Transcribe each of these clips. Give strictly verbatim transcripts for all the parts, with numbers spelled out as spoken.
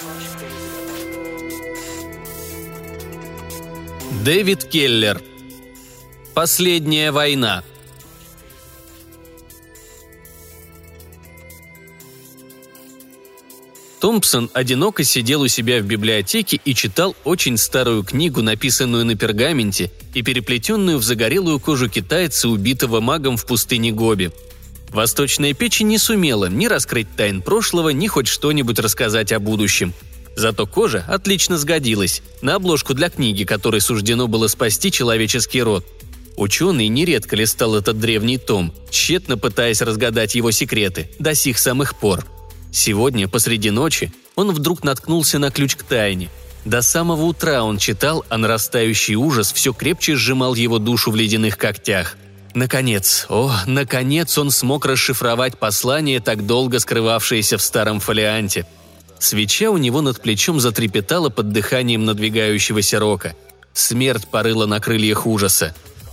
Дэвид Келлер. Последняя война. Томпсон одиноко сидел у себя в библиотеке и читал очень старую книгу, написанную на пергаменте и переплетенную в загорелую кожу китайца, убитого магом в пустыне Гоби. Восточная печень не сумела ни раскрыть тайн прошлого, ни хоть что-нибудь рассказать о будущем. Зато кожа отлично сгодилась на обложку для книги, которой суждено было спасти человеческий род. Ученый нередко листал этот древний том, тщетно пытаясь разгадать его секреты до сих самых пор. Сегодня, посреди ночи, он вдруг наткнулся на ключ к тайне. До самого утра он читал, а нарастающий ужас все крепче сжимал его душу в ледяных когтях. Наконец, о, наконец он смог расшифровать послание, так долго скрывавшееся в старом фолианте. Свеча у него над плечом затрепетала под дыханием надвигающегося рока. Смерть парыла на крыльях ужаса.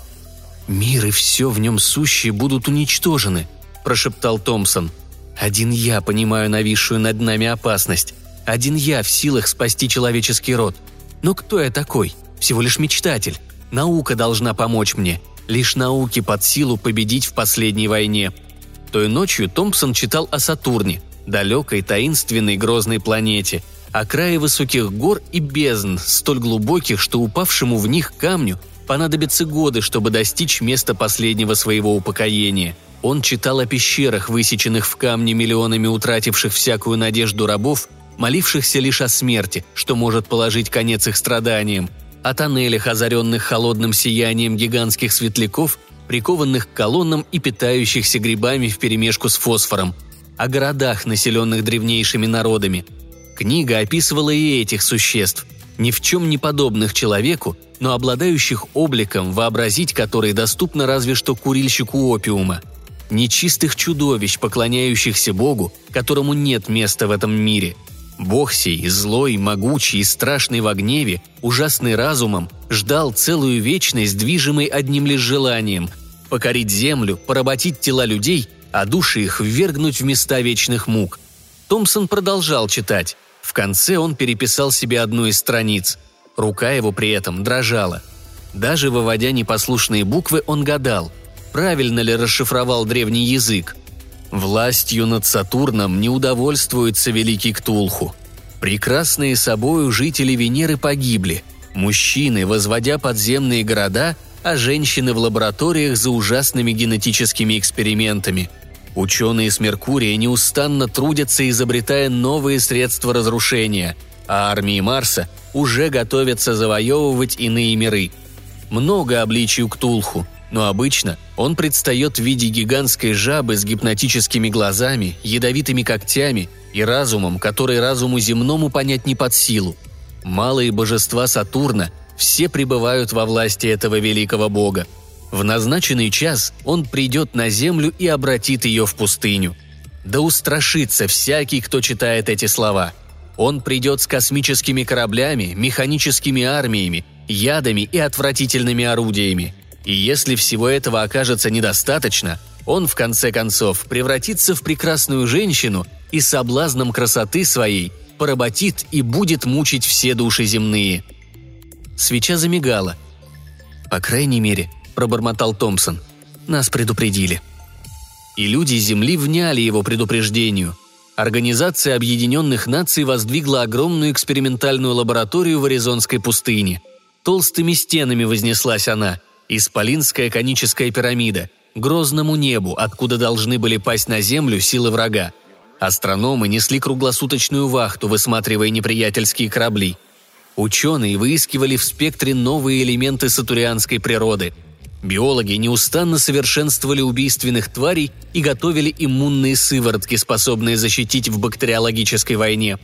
«Мир и все в нем сущее будут уничтожены», – прошептал Томпсон. «Один я понимаю нависшую над нами опасность. Один я в силах спасти человеческий род. Но кто я такой? Всего лишь мечтатель. Наука должна помочь мне. Лишь науке под силу победить в последней войне». Той ночью Томпсон читал о Сатурне, далекой, таинственной, грозной планете, о крае высоких гор и бездн, столь глубоких, что упавшему в них камню понадобятся годы, чтобы достичь места последнего своего упокоения. Он читал о пещерах, высеченных в камне миллионами утративших всякую надежду рабов, молившихся лишь о смерти, что может положить конец их страданиям, о тоннелях, озаренных холодным сиянием гигантских светляков, прикованных к колоннам и питающихся грибами вперемешку с фосфором, о городах, населенных древнейшими народами. Книга описывала и этих существ, ни в чем не подобных человеку, но обладающих обликом, вообразить который доступно разве что курильщику опиума. Нечистых чудовищ, поклоняющихся Богу, которому нет места в этом мире. Бог сей, злой, могучий и страшный во гневе, ужасный разумом, ждал целую вечность, движимой одним лишь желанием – покорить землю, поработить тела людей, а души их ввергнуть в места вечных мук. Томпсон продолжал читать. В конце он переписал себе одну из страниц. Рука его при этом дрожала. Даже выводя непослушные буквы, он гадал, правильно ли расшифровал древний язык. Властью над Сатурном не удовольствуется великий Ктулху. Прекрасные собою жители Венеры погибли. Мужчины, возводя подземные города, а женщины в лабораториях за ужасными генетическими экспериментами. Ученые с Меркурия неустанно трудятся, изобретая новые средства разрушения, а армии Марса уже готовятся завоевывать иные миры. Много обличий у Ктулху, но обычно он предстает в виде гигантской жабы с гипнотическими глазами, ядовитыми когтями и разумом, который разуму земному понять не под силу. Малые божества Сатурна все пребывают во власти этого великого бога. В назначенный час он придет на землю и обратит ее в пустыню. Да устрашится всякий, кто читает эти слова. Он придет с космическими кораблями, механическими армиями, ядами и отвратительными орудиями. И если всего этого окажется недостаточно, он, в конце концов, превратится в прекрасную женщину и соблазном красоты своей поработит и будет мучить все души земные. Свеча замигала. «По крайней мере», – пробормотал Томпсон, – «нас предупредили». И люди Земли вняли его предупреждению. Организация Объединенных Наций воздвигла огромную экспериментальную лабораторию в Аризонской пустыне. Толстыми стенами вознеслась она – Исполинская коническая пирамида, грозному небу, откуда должны были пасть на землю силы врага. Астрономы несли круглосуточную вахту, высматривая неприятельские корабли. Ученые выискивали в спектре новые элементы сатурианской природы. Биологи неустанно совершенствовали убийственных тварей и готовили иммунные сыворотки, способные защитить в бактериологической войне.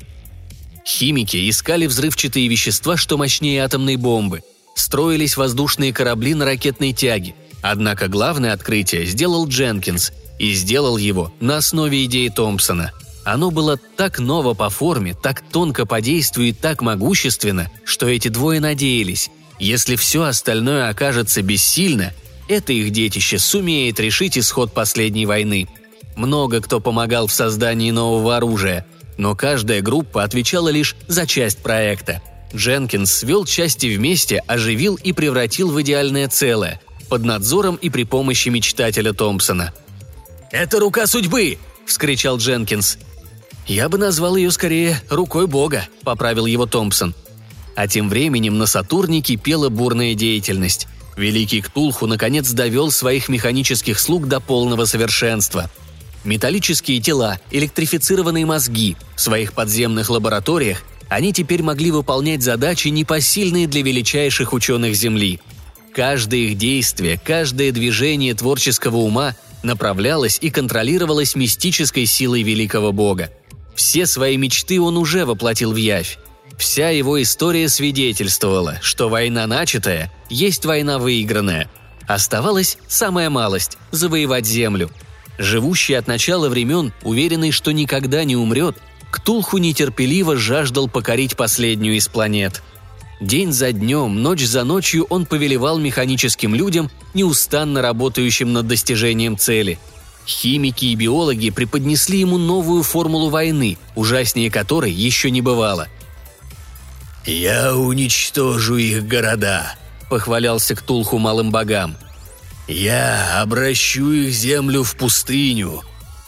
Химики искали взрывчатые вещества, что мощнее атомной бомбы. Строились воздушные корабли на ракетной тяге. Однако главное открытие сделал Дженкинс, и сделал его на основе идеи Томпсона. Оно было так ново по форме, так тонко по действию и так могущественно, что эти двое надеялись, если все остальное окажется бессильно, это их детище сумеет решить исход последней войны. Много кто помогал в создании нового оружия. но каждая группа отвечала лишь за часть проекта. Дженкинс свел части вместе, оживил и превратил в идеальное целое, под надзором и при помощи мечтателя Томпсона. «Это рука судьбы!» – вскричал Дженкинс. «Я бы назвал ее скорее рукой Бога», – поправил его Томпсон. А тем временем на Сатурне кипела бурная деятельность. Великий Ктулху наконец довел своих механических слуг до полного совершенства. Металлические тела, электрифицированные мозги. В своих подземных лабораториях они теперь могли выполнять задачи, непосильные для величайших ученых Земли. Каждое их действие, каждое движение творческого ума направлялось и контролировалось мистической силой великого бога. Все свои мечты он уже воплотил в явь. Вся его история свидетельствовала, что война начатая есть война выигранная. Оставалась самая малость – завоевать землю. Живущий от начала времен, уверенный, что никогда не умрет, Ктулху нетерпеливо жаждал покорить последнюю из планет. День за днем, ночь за ночью он повелевал механическим людям, неустанно работающим над достижением цели. Химики и биологи преподнесли ему новую формулу войны, ужаснее которой еще не бывало. «Я уничтожу их города», — похвалялся Ктулху малым богам. «Я обращу их землю в пустыню.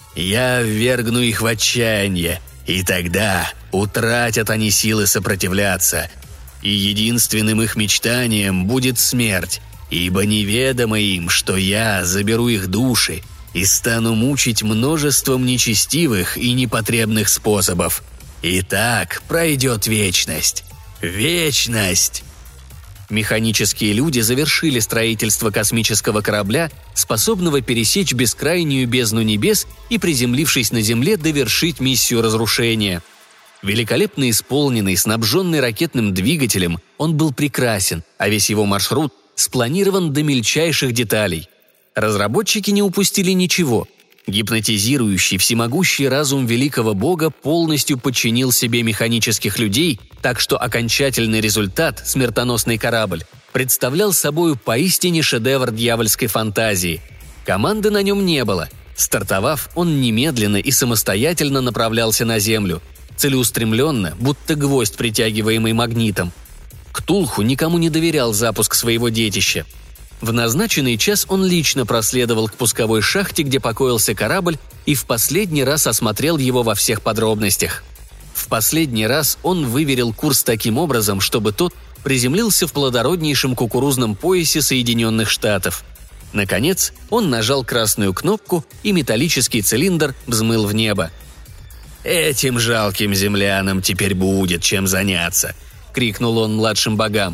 Я ввергну их в отчаяние, и тогда утратят они силы сопротивляться. И единственным их мечтанием будет смерть, ибо неведомо им, что я заберу их души и стану мучить множеством нечестивых и непотребных способов. И так пройдет вечность. Вечность!» Механические люди завершили строительство космического корабля, способного пересечь бескрайнюю бездну небес и, приземлившись на Земле, довершить миссию разрушения. Великолепно исполненный, снабженный ракетным двигателем, он был прекрасен, а весь его маршрут спланирован до мельчайших деталей. Разработчики не упустили ничего. Гипнотизирующий, всемогущий разум великого бога полностью подчинил себе механических людей, так что окончательный результат, смертоносный корабль, представлял собою поистине шедевр дьявольской фантазии. Команды на нем не было. Стартовав, он немедленно и самостоятельно направлялся на Землю. Целеустремленно, будто гвоздь, притягиваемый магнитом. Ктулху никому не доверял запуск своего детища. В назначенный час он лично проследовал к пусковой шахте, где покоился корабль, и в последний раз осмотрел его во всех подробностях. В последний раз он выверил курс таким образом, чтобы тот приземлился в плодороднейшем кукурузном поясе Соединенных Штатов. Наконец, он нажал красную кнопку, и металлический цилиндр взмыл в небо. «Этим жалким землянам теперь будет чем заняться», — крикнул он младшим богам.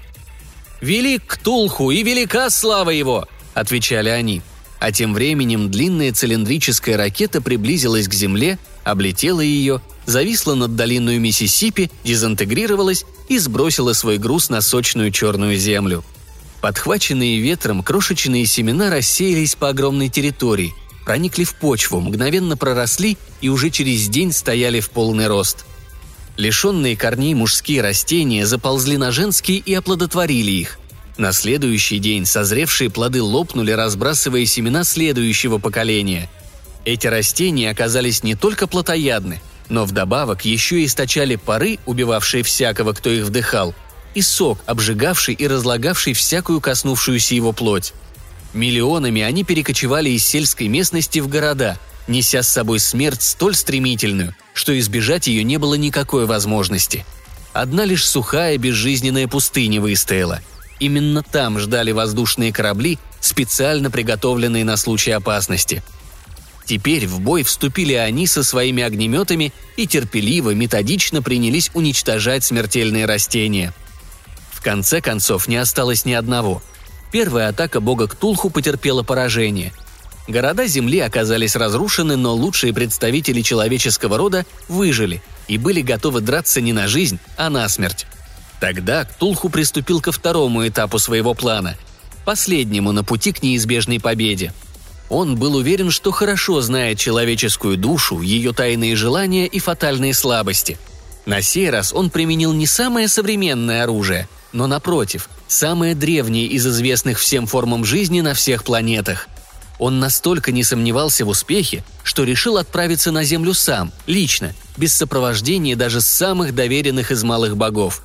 «Велик Ктулху и велика слава его!» – отвечали они. А тем временем длинная цилиндрическая ракета приблизилась к Земле, облетела ее, зависла над долиной Миссисипи, дезинтегрировалась и сбросила свой груз на сочную черную землю. Подхваченные ветром крошечные семена рассеялись по огромной территории, проникли в почву, мгновенно проросли и уже через день стояли в полный рост. Лишенные корней мужские растения заползли на женские и оплодотворили их. На следующий день созревшие плоды лопнули, разбрасывая семена следующего поколения. Эти растения оказались не только плотоядны, но вдобавок еще и источали пары, убивавшие всякого, кто их вдыхал, и сок, обжигавший и разлагавший всякую коснувшуюся его плоть. Миллионами они перекочевали из сельской местности в города, неся с собой смерть столь стремительную, что избежать ее не было никакой возможности. Одна лишь сухая безжизненная пустыня выстояла. Именно там ждали воздушные корабли, специально приготовленные на случай опасности. Теперь в бой вступили они со своими огнеметами и терпеливо, методично принялись уничтожать смертельные растения. В конце концов не осталось ни одного. Первая атака бога Ктулху потерпела поражение. Города Земли оказались разрушены, но лучшие представители человеческого рода выжили и были готовы драться не на жизнь, а на смерть. Тогда Ктулху приступил ко второму этапу своего плана, последнему на пути к неизбежной победе. Он был уверен, что хорошо знает человеческую душу, ее тайные желания и фатальные слабости. На сей раз он применил не самое современное оружие, но, напротив, самое древнее из известных всем формам жизни на всех планетах. Он настолько не сомневался в успехе, что решил отправиться на землю сам, лично, без сопровождения даже самых доверенных из малых богов.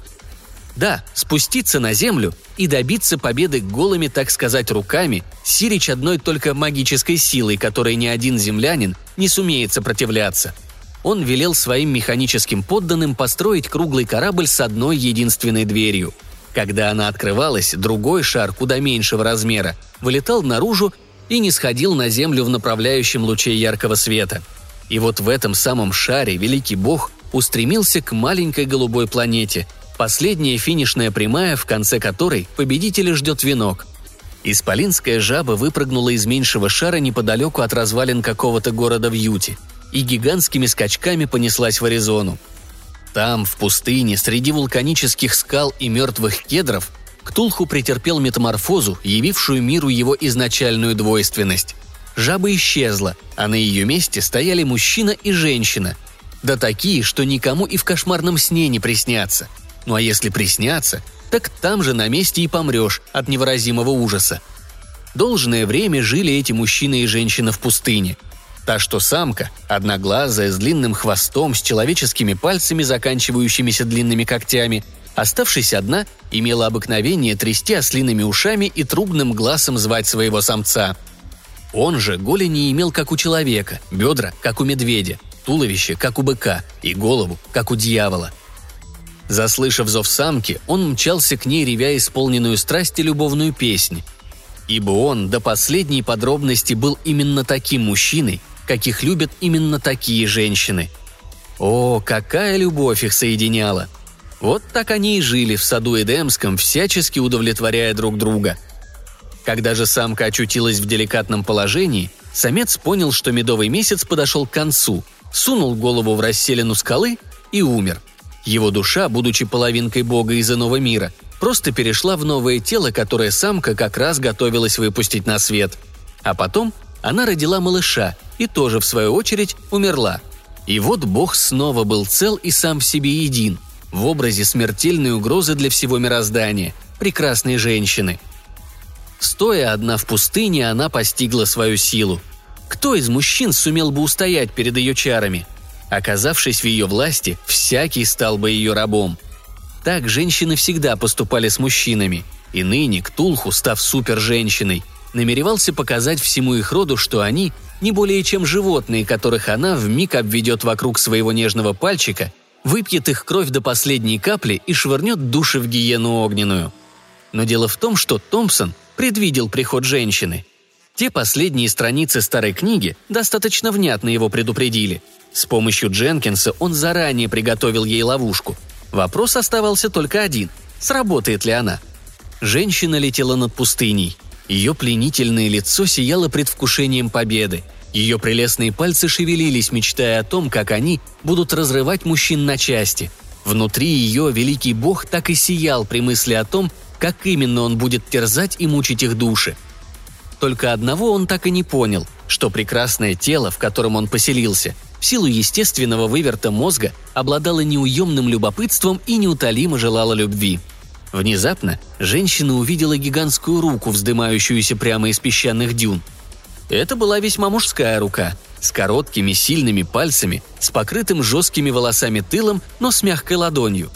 Да, спуститься на землю и добиться победы голыми, так сказать, руками, сирич одной только магической силой, которой ни один землянин не сумеет сопротивляться. Он велел своим механическим подданным построить круглый корабль с одной единственной дверью. Когда она открывалась, другой шар, куда меньшего размера, вылетал наружу и не сходил на землю в направляющем луче яркого света. И вот в этом самом шаре великий бог устремился к маленькой голубой планете, последняя финишная прямая, в конце которой победителя ждет венок. Исполинская жаба выпрыгнула из меньшего шара неподалеку от развалин какого-то города в Юте и гигантскими скачками понеслась в Аризону. Там, в пустыне, среди вулканических скал и мертвых кедров, Ктулху претерпел метаморфозу, явившую миру его изначальную двойственность. Жаба исчезла, а на ее месте стояли мужчина и женщина. Да такие, что никому и в кошмарном сне не приснятся. Ну а если приснятся, так там же на месте и помрешь от невыразимого ужаса. Должное время жили эти мужчина и женщина в пустыне. Та, что самка, одноглазая, с длинным хвостом, с человеческими пальцами, заканчивающимися длинными когтями, оставшись одна, имела обыкновение трясти ослиными ушами и трубным глазом звать своего самца. Он же голени имел, как у человека, бедра, как у медведя, туловище, как у быка, и голову, как у дьявола. Заслышав зов самки, он мчался к ней, ревя исполненную страсти любовную песнь. Ибо он до последней подробности был именно таким мужчиной, каких любят именно такие женщины. О, какая любовь их соединяла! Вот так они и жили в саду Эдемском, всячески удовлетворяя друг друга. Когда же самка очутилась в деликатном положении, самец понял, что медовый месяц подошел к концу, сунул голову в расселину скалы и умер. Его душа, будучи половинкой бога из иного мира, просто перешла в новое тело, которое самка как раз готовилась выпустить на свет. А потом она родила малыша и тоже, в свою очередь, умерла. И вот бог снова был цел и сам в себе един, в образе смертельной угрозы для всего мироздания, прекрасной женщины. Стоя одна в пустыне, она постигла свою силу. Кто из мужчин сумел бы устоять перед ее чарами? Оказавшись в ее власти, всякий стал бы ее рабом. Так женщины всегда поступали с мужчинами, и ныне Ктулху, став супер-женщиной, намеревался показать всему их роду, что они не более чем животные, которых она вмиг обведет вокруг своего нежного пальчика, выпьет их кровь до последней капли и швырнет души в гиену огненную. Но дело в том, что Томпсон предвидел приход женщины. Те последние страницы старой книги достаточно внятно его предупредили. С помощью Дженкинса он заранее приготовил ей ловушку. Вопрос оставался только один – сработает ли она? Женщина летела над пустыней. Ее пленительное лицо сияло предвкушением победы. Ее прелестные пальцы шевелились, мечтая о том, как они будут разрывать мужчин на части. Внутри ее великий бог так и сиял при мысли о том, как именно он будет терзать и мучить их души. Только одного он так и не понял, что прекрасное тело, в котором он поселился, в силу естественного выверта мозга, обладало неуемным любопытством и неутолимо желало любви. Внезапно женщина увидела гигантскую руку, вздымающуюся прямо из песчаных дюн. Это была весьма мужская рука, с короткими сильными пальцами, с покрытым жесткими волосами тылом, но с мягкой ладонью.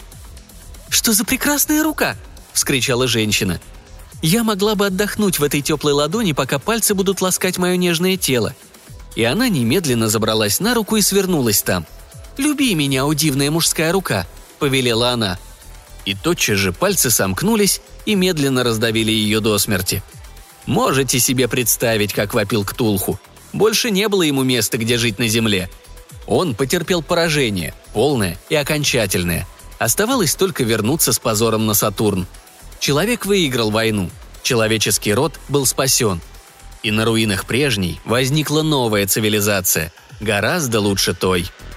«Что за прекрасная рука!» – вскричала женщина. «Я могла бы отдохнуть в этой теплой ладони, пока пальцы будут ласкать мое нежное тело». И она немедленно забралась на руку и свернулась там. «Люби меня, о дивная мужская рука!» – повелела она. И тотчас же пальцы сомкнулись и медленно раздавили ее до смерти. Можете себе представить, как вопил Ктулху. Больше не было ему места, где жить на земле. Он потерпел поражение, полное и окончательное. Оставалось только вернуться с позором на Сатурн. Человек выиграл войну. Человеческий род был спасен. И на руинах прежней возникла новая цивилизация, гораздо лучше той.